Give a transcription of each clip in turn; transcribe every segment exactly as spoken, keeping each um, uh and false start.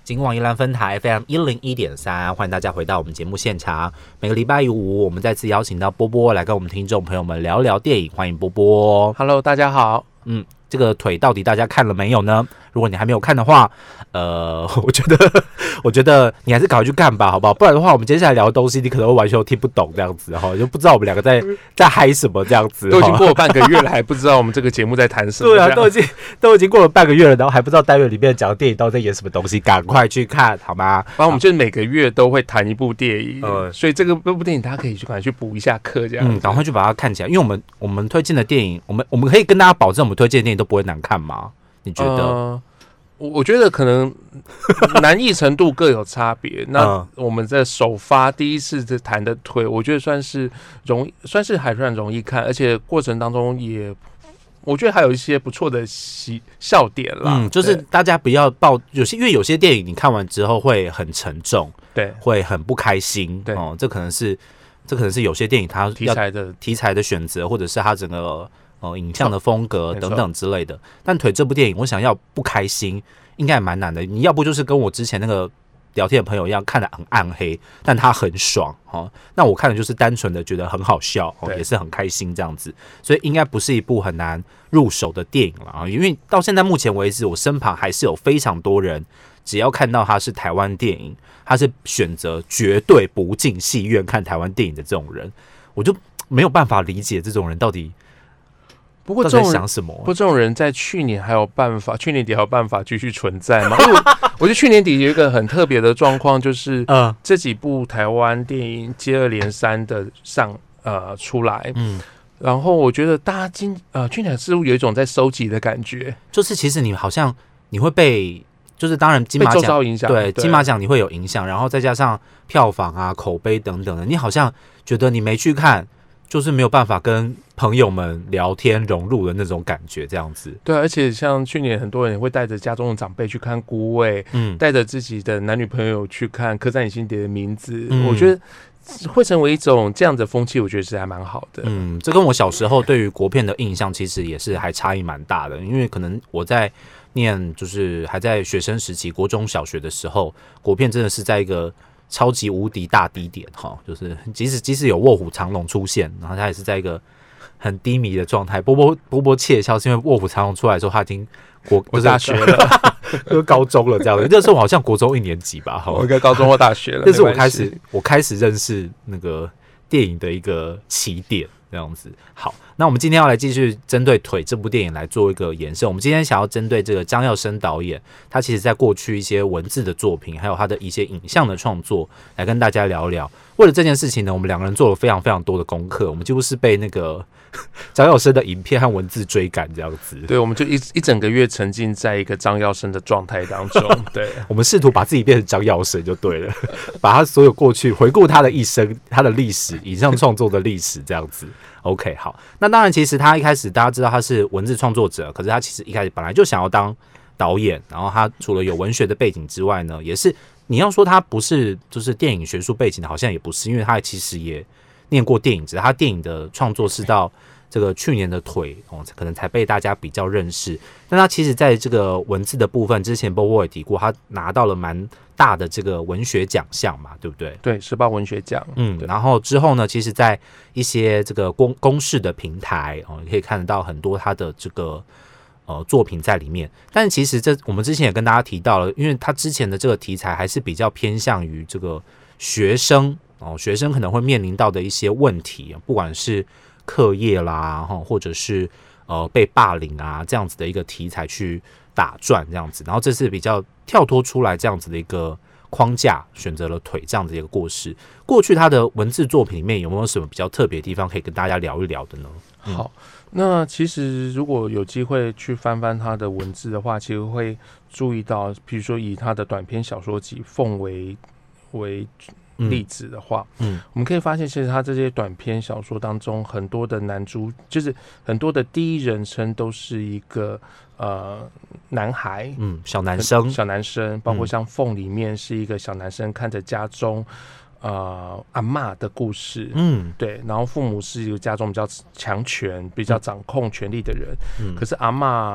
金广宜兰分台 F M 一零一点三，欢迎大家回到我们节目现场。每个礼拜五，我们再次邀请到波波来跟我们听众朋友们聊聊电影，欢迎波波。 Hello， 大家好。 嗯，这个腿到底大家看了没有呢？如果你还没有看的话，呃，我觉得，我觉得你还是赶快去看吧，好不好？不然的话，我们接下来聊的东西，你可能会完全都听不懂，这样子哈，就不知道我们两个在在嗨什么这样子。 都已经过了半个月了，还不知道我们这个节目在谈什么？ 对啊，都已经都已经过了半个月了，然后还不知道单元里面讲的电影到底在演什么东西，赶快去看好吗？ 反正我们就是每个月都会谈一部电影，呃，所以这个这部电影大家可以去赶快去补一下课，这样。 嗯，赶快去把它看起来，因为我们我们推荐的电影，我们我们可以跟大家保证，我们推荐的电影都不会难看吗？你觉得？呃我觉得可能难易程度各有差别。那我们在首發第一次谈的腿，我觉得算是容易，算是还算容易看，而且过程当中也，我觉得还有一些不错的笑点啦。 嗯，就是大家不要抱有些，因为有些电影你看完之后会很沉重， 对， 会很不开心。对，哦，这可能是这可能是有些电影它题材的题材的选择，或者是它整个。哦，影像的风格等等之类的，但腿这部电影，我想要不开心，应该也蛮难的。你要不就是跟我之前那个聊天的朋友一样，看得很暗黑，但他很爽哦。那我看的就是单纯的觉得很好笑，哦，也是很开心这样子，所以应该不是一部很难入手的电影了啊。因为到现在目前为止，我身旁还是有非常多人，只要看到它是台湾电影，他是选择绝对不进戏院看台湾电影的这种人，我就没有办法理解这种人到底。 不过这种想什么？ 不过这种人在去年还有办法，去年底还有办法继续存在吗？因为 我, 我觉得去年底有一个很特别的状况，就是呃，这几部台湾电影接二连三的上呃出来，嗯，然后我觉得大家今呃去年似乎有一种在收集的感觉， 就是其实你好像你会被，就是当然金马奖影响， 对金马奖你会有影响，然后再加上票房啊、口碑等等的，你好像觉得你没去看。就是没有办法跟朋友们聊天融入的那种感觉，这样子。 对，而且像去年很多人会带着家中的长辈去看《孤味》，嗯，带着自己的男女朋友去看《刻在你心底的名字》，嗯，我觉得会成为一种这样的风气，我觉得是还蛮好的。 嗯，这跟我小时候对于国片的印象其实也是还差异蛮大的，因为可能我在念就是还在学生时期，国中小学的时候，国片真的是在一个。超级无敌大低点哈，就是即使即使有卧虎藏龙出现，然后他也是在一个很低迷的状态。波波波波窃笑，是因为卧虎藏龙出来的时候，他已经国我大学了， 就是高中了这样子。那时候我好像国中一年级吧， 我应该高中或大学了。 那是我开始我开始认识那个电影的一个起点。这样子，好，那我们今天要来继续针对《腿》这部电影来做一个延伸。我们今天想要针对这个张耀升导演，他其实在过去一些文字的作品，还有他的一些影像的创作，来跟大家聊聊。为了这件事情呢，我们两个人做了非常非常多的功课，我们几乎是被那个张耀升的影片和文字追赶这样子。 对，我们就一一整个月沉浸在一个张耀升的状态当中。对， 我们试图把自己变成张耀升就对了，把他所有过去回顾他的一生、他的历史、影像创作的历史这样子。OK， 好，那当然，其实他一开始大家知道他是文字创作者，可是他其实一开始本来就想要当导演，然后他除了有文学的背景之外呢，也是你要说他不是就是电影学术背景的，好像也不是，因为他其实也念过电影，只是他电影的创作是到这个去年的腿哦，可能才被大家比较认识。但他其实在这个文字的部分，之前波波也提过，他拿到了蛮大的这个文学奖项嘛，对不对？ 对，时报文学奖。 嗯，然后之后呢，其实在一些这个公公视的平台哦，可以看得到很多他的这个呃作品在里面。但其实这我们之前也跟大家提到了，因为他之前的这个题材还是比较偏向于这个学生哦，学生可能会面临到的一些问题，不管是课业啦，或者是呃被霸凌啊这样子的一个题材去打转这样子，然后这是比较跳脱出来这样子的一个框架，选择了腿这样子的一个故事。过去他的文字作品里面有没有什么比较特别的地方可以跟大家聊一聊的呢？ 嗯、好，那其实如果有机会去翻翻他的文字的话，其实会注意到，比如说以他的短篇小说集《凤》为为例子的话，嗯，我们可以发现，其实他这些短篇小说当中，很多的男主，就是很多的第一人称都是一个呃男孩， 嗯，小男生， 小男生，包括像《凤》里面是一个小男生看着家中呃阿嬷的故事，嗯，对，然后父母是一个家中比较强权、比较掌控权力的人，嗯，可是阿嬷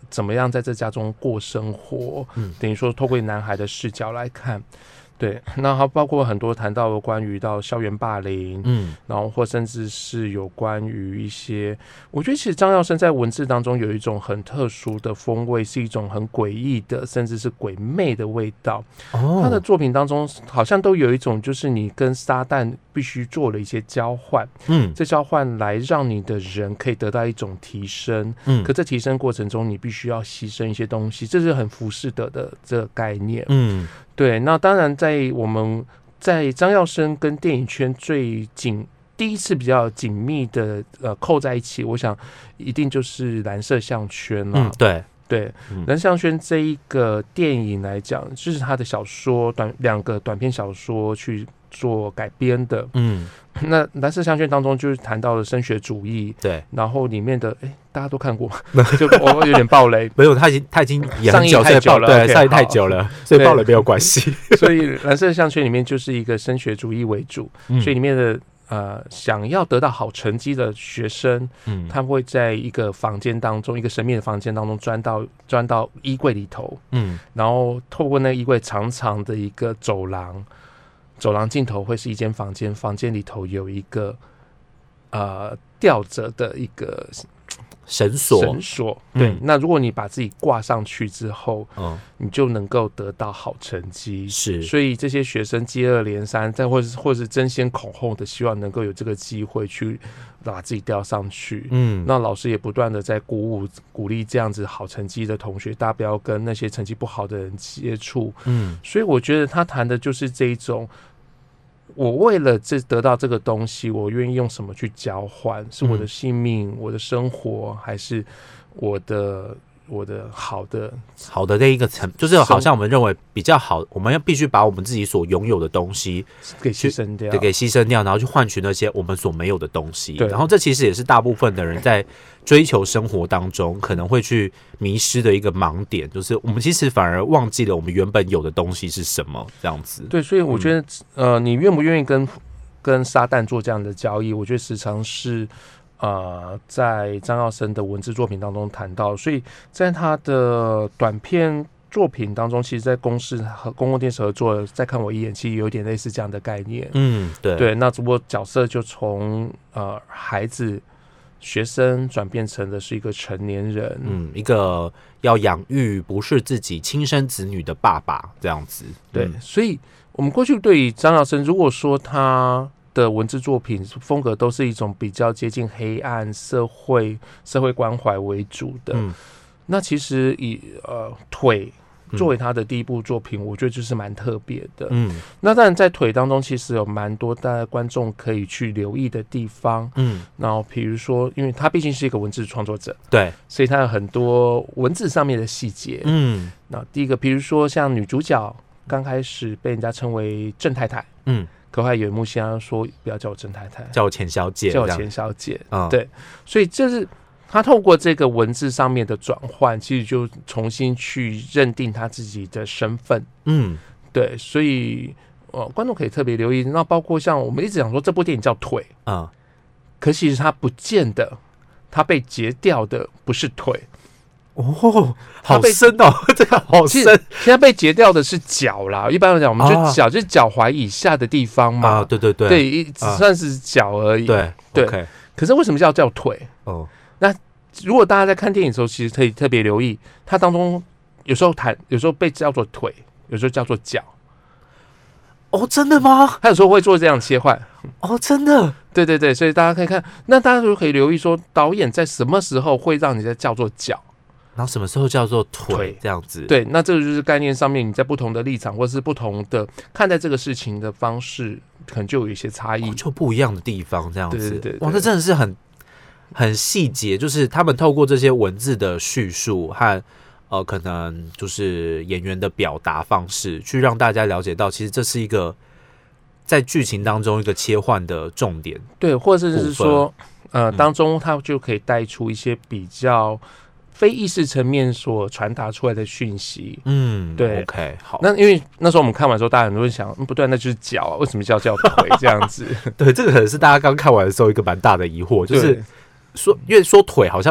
怎么样在这家中过生活，嗯，等于说透过男孩的视角来看。对，那还包括很多谈到关于到校园霸凌，嗯，然后或甚至是有关于一些，我觉得其实张耀升在文字当中有一种很特殊的风味，是一种很诡异的，甚至是鬼魅的味道。哦，他的作品当中好像都有一种，就是你跟撒旦必须做了一些交换，嗯，这交换来让你的人可以得到一种提升，嗯，可这提升过程中你必须要牺牲一些东西，这是很浮士德的这个概念，嗯。对，那当然，在我们在张耀升跟电影圈最紧第一次比较紧密的呃扣在一起，我想一定就是蓝色项圈了。 嗯，对对，嗯、蓝色项圈这一个电影来讲，就是他的小说短两个短篇小说去做改编的。嗯，那蓝色项圈当中就是谈到了升学主义， 对， 然后里面的哎。大家都看过吗？就我有点爆雷， 没有，他已经他已经演上映太久了， 对，上映太久了，所以爆雷没有关系。 所以蓝色项圈里面就是一个升学主义为主，嗯、所以里面的呃想要得到好成绩的学生，嗯，他会在一个房间当中，一个神秘的房间当中钻到钻到衣柜里头，嗯，然后透过那个衣柜长长的一个走廊，走廊尽头会是一间房间，房间里头有一个呃吊着的一个。 绳索， 绳索，对、嗯。那如果你把自己挂上去之后，嗯，你就能够得到好成绩。 是， 所以这些学生接二连三，再或是或是争先恐后的希望能够有这个机会去把自己吊上去。嗯，那老师也不断的在鼓舞、鼓励这样子好成绩的同学，大家不要跟那些成绩不好的人接触。嗯，所以我觉得他谈的就是这一种。我为了这得到这个东西，我愿意用什么去交换？是我的性命、嗯、我的生活，还是我的我的好的好的那一个层？就是好像我们认为比较好，我们要必须把我们自己所拥有的东西给牺牲掉， 对，给牺牲掉，然后去换取那些我们所没有的东西。然后这其实也是大部分的人在追求生活当中可能会去迷失的一个盲点，就是我们其实反而忘记了我们原本有的东西是什么，这样子。 对，所以我觉得，嗯、呃，你愿不愿意跟跟撒旦做这样的交易？我觉得时常是呃，在张耀升的文字作品当中谈到，所以在他的短片作品当中，其实在公视和公共电视合作，再看我一眼，其实有点类似这样的概念。 嗯，对对，那只不过角色就从呃孩子。学生转变成的是一个成年人， 嗯，一个要养育不是自己亲生子女的爸爸这样子。 对，嗯、所以我们过去对于张耀升，如果说他的文字作品风格都是一种比较接近黑暗社会社会关怀为主的，嗯、那其实以呃腿。作为他的第一部作品，我觉得就是蛮特别的。嗯，那当然在腿当中，其实有蛮多大家观众可以去留意的地方。嗯，然后比如说，因为他毕竟是一个文字创作者， 对， 所以他有很多文字上面的细节。嗯，那第一个，比如说像女主角刚开始被人家称为郑太太，嗯，可后来有一幕戏他说不要叫我郑太太， 叫我钱小姐， 叫我钱小姐。嗯，对，所以这是。他透过这个文字上面的转换，其实就重新去认定他自己的身份。嗯，对，所以呃，观众可以特别留意。那包括像我们一直讲说这部电影叫腿啊、嗯，可其实它不见得，它被截掉的不是腿。 哦，好深哦，这个好深。 现在被截掉的是脚啦。一般来讲，我们就脚、啊、就是脚踝以下的地方嘛。 啊，对对对， 对，只算是脚而已。 对对。 Okay. 可是为什么叫叫腿？哦。那如果大家在看电影的时候，其实可以特别留意，它当中有时候谈，有时候被叫做腿，有时候叫做脚。 哦，真的吗？ 他有时候会做这样切换。 哦，真的。 对对对，所以大家可以看，那大家就可以留意说，导演在什么时候会让你在叫做脚， 然后什么时候叫做腿，这样子。 对，那这个就是概念上面，你在不同的立场或是不同的看待这个事情的方式，可能就有一些差异， 哦、就不一样的地方，这样子。 对对 对, 对， 哇，这真的是很。很细节，就是他们透过这些文字的叙述和呃，可能就是演员的表达方式，去让大家了解到，其实这是一个在剧情当中一个切换的重点。 对，或者是说，呃，当中它就可以带出一些比较非意识层面所传达出来的讯息。嗯，对 ，OK， 好。 那因为那时候我们看完之后，大家很多人想，嗯、不对，那就是脚啊，为什么叫叫腿这样子？ 对，这个可能是大家刚看完的时候一个蛮大的疑惑，就是。说，因为说腿好像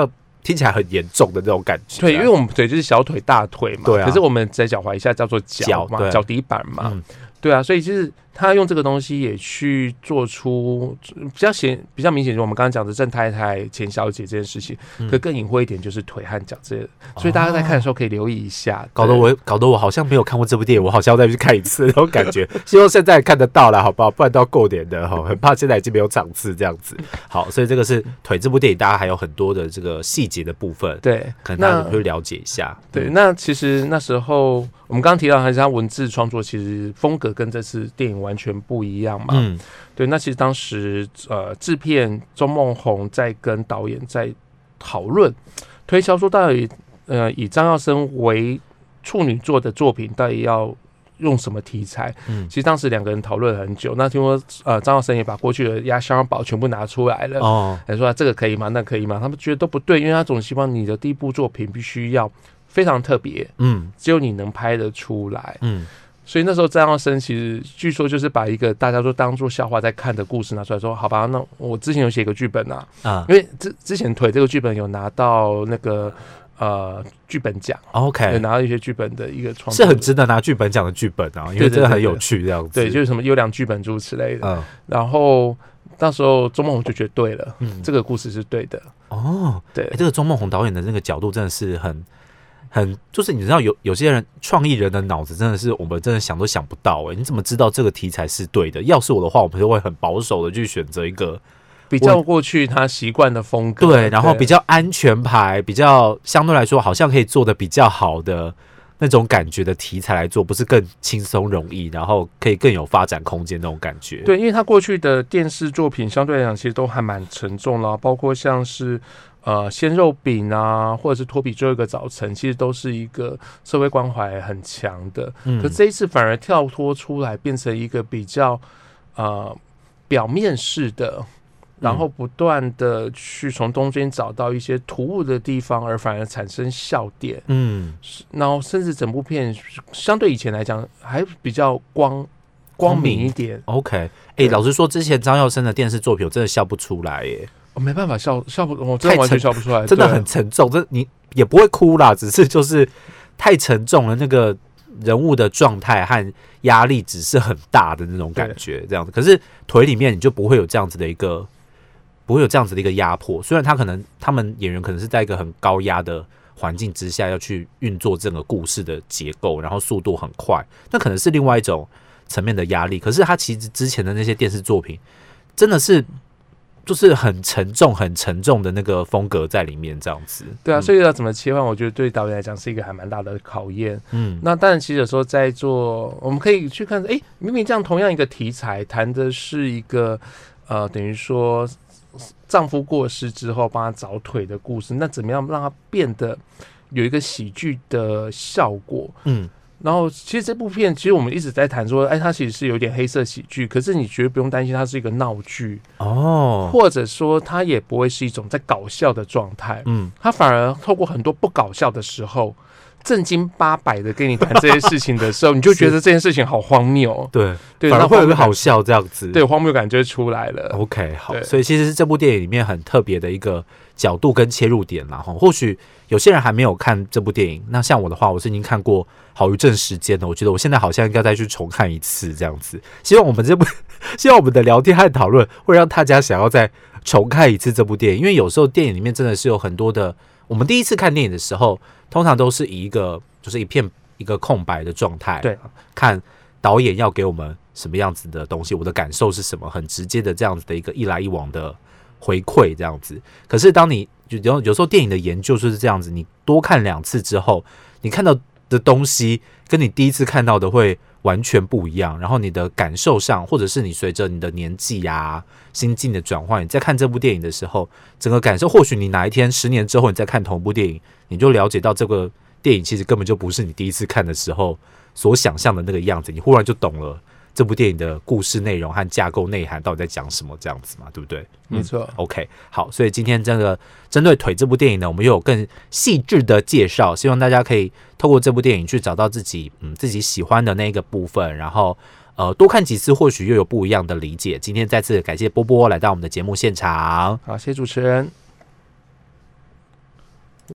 听起来很严重的那种感觉、啊。 对，因为我们腿就是小腿、大腿嘛， 对啊。 可是我们在脚踝以下叫做脚嘛，脚底板嘛。嗯，对啊，所以就是他用这个东西也去做出比较显、比较明显，就我们刚刚讲的郑太太、钱小姐这件事情，嗯、可更隐晦一点就是腿和脚这些，所以大家在看的时候可以留意一下。 搞得我搞得我好像没有看过这部电影，我好像要再去看一次那种感觉。希望现在看得到了，好不好？不然到过年的哈，很怕现在已经没有场次这样子。好，所以这个是腿这部电影，大家还有很多的这个细节的部分， 对， 可能大家会了解一下。 对，嗯、那其实那时候我们刚刚提到，还是他文字创作其实风格跟这次电影完全不一样嘛。嗯，对。那其实当时呃，制片钟孟宏在跟导演在讨论推销，说到底呃，以张耀升为处女作的作品，到底要用什么题材？嗯，其实当时两个人讨论很久。那听说呃，张耀升也把过去的压箱宝全部拿出来了。哦，来说、啊、这个可以吗？那可以吗？他们觉得都不对，因为他总希望你的第一部作品必须要非常特别，嗯，只有你能拍得出来，嗯。所以那时候张耀升其实据说就是把一个大家都当作笑话在看的故事拿出来说，好吧，那我之前有写一个剧本啊，啊，因为之之前腿这个剧本有拿到那个呃剧本奖 ，OK， 有拿到一些剧本的一个创作， 是很值得拿剧本奖的剧本啊，因为真的很有趣这样子， 对，对，就是什么优良剧本诸如此类的。嗯，然后那时候钟孟宏就觉得对了，嗯，这个故事是对的。 哦，对，欸、这个钟孟宏导演的那个角度真的是很。很就是你知道有有些人创意人的脑子真的是我们真的想都想不到哎、欸，你怎么知道这个题材是对的？要是我的话，我们就会很保守的去选择一个比较过去他习惯的风格， 对，然后比较安全牌，比较相对来说好像可以做的比较好的那种感觉的题材来做，不是更轻松容易，然后可以更有发展空间那种感觉。 对，因为他过去的电视作品相对来讲其实都还蛮沉重啦，包括像是。呃，鲜肉饼啊，或者是托比最后一个早晨，其实都是一个社会关怀很强的。嗯，可这一次反而跳脱出来，变成一个比较呃表面式的，然后不断的去从中间找到一些突兀的地方，而反而产生笑点。嗯，然后甚至整部片相对以前来讲还比较光光明一点。 OK， 哎、欸，老实说，之前张耀升的电视作品我真的笑不出来耶。 我没办法笑笑不，我真的完全笑不出来， 真的很沉重。这你也不会哭啦，只是就是太沉重了，那个人物的状态和压力只是很大的那种感觉，这样子。可是腿里面你就不会有这样子的一个，不会有这样子的一个压迫。虽然他可能他们演员可能是在一个很高压的环境之下要去运作整个故事的结构，然后速度很快，那可能是另外一种层面的压力。可是他其实之前的那些电视作品，真的是。就是很沉重、很沉重的那个风格在里面，这样子。 对啊，所以要怎么切换，我觉得对导演来讲是一个还蛮大的考验。嗯，那当然，其实有时候在做，我们可以去看，哎、欸，明明这样同样一个题材，谈的是一个呃，等于说丈夫过世之后帮他找腿的故事，那怎么样让它变得有一个喜剧的效果？嗯。然后，其实这部片，其实我们一直在谈说，哎，它其实是有点黑色喜剧，可是你绝对不用担心它是一个闹剧哦，或者说它也不会是一种在搞笑的状态，嗯，它反而透过很多不搞笑的时候，正经八百的跟你谈这些事情的时候，你就觉得这件事情好荒谬， 对对，反而会有个好笑这样子， 对，荒谬感就会出来了。 OK， 好，所以其实是这部电影里面很特别的一个角度跟切入点啦，或许有些人还没有看这部电影，那像我的话，我是已经看过好一阵时间了，我觉得我现在好像应该再去重看一次这样子。希望我们这部，希望我们的聊天和讨论会让大家想要再重看一次这部电影，因为有时候电影里面真的是有很多的，我们第一次看电影的时候，通常都是以一个就是一片一个空白的状态， 对， 看导演要给我们什么样子的东西，我的感受是什么，很直接的这样子的一个一来一往的回馈这样子。可是当你有有时候电影的研究就是这样子，你多看两次之后，你看到的东西跟你第一次看到的会完全不一样，然后你的感受上，或者是你随着你的年纪啊、心境的转换，你在看这部电影的时候，整个感受，或许你哪一天十年之后你再看同一部电影，你就了解到这个电影其实根本就不是你第一次看的时候所想象的那个样子，你忽然就懂了这部电影的故事内容和架构内涵到底在讲什么，这样子嘛，对不对？ 没错、嗯。 OK， 好，所以今天这个针对腿这部电影呢，我们又有更细致的介绍，希望大家可以透过这部电影去找到自己嗯自己喜欢的那个部分，然后呃多看几次，或许又有不一样的理解。今天再次感谢波波来到我们的节目现场， 好，谢谢主持人。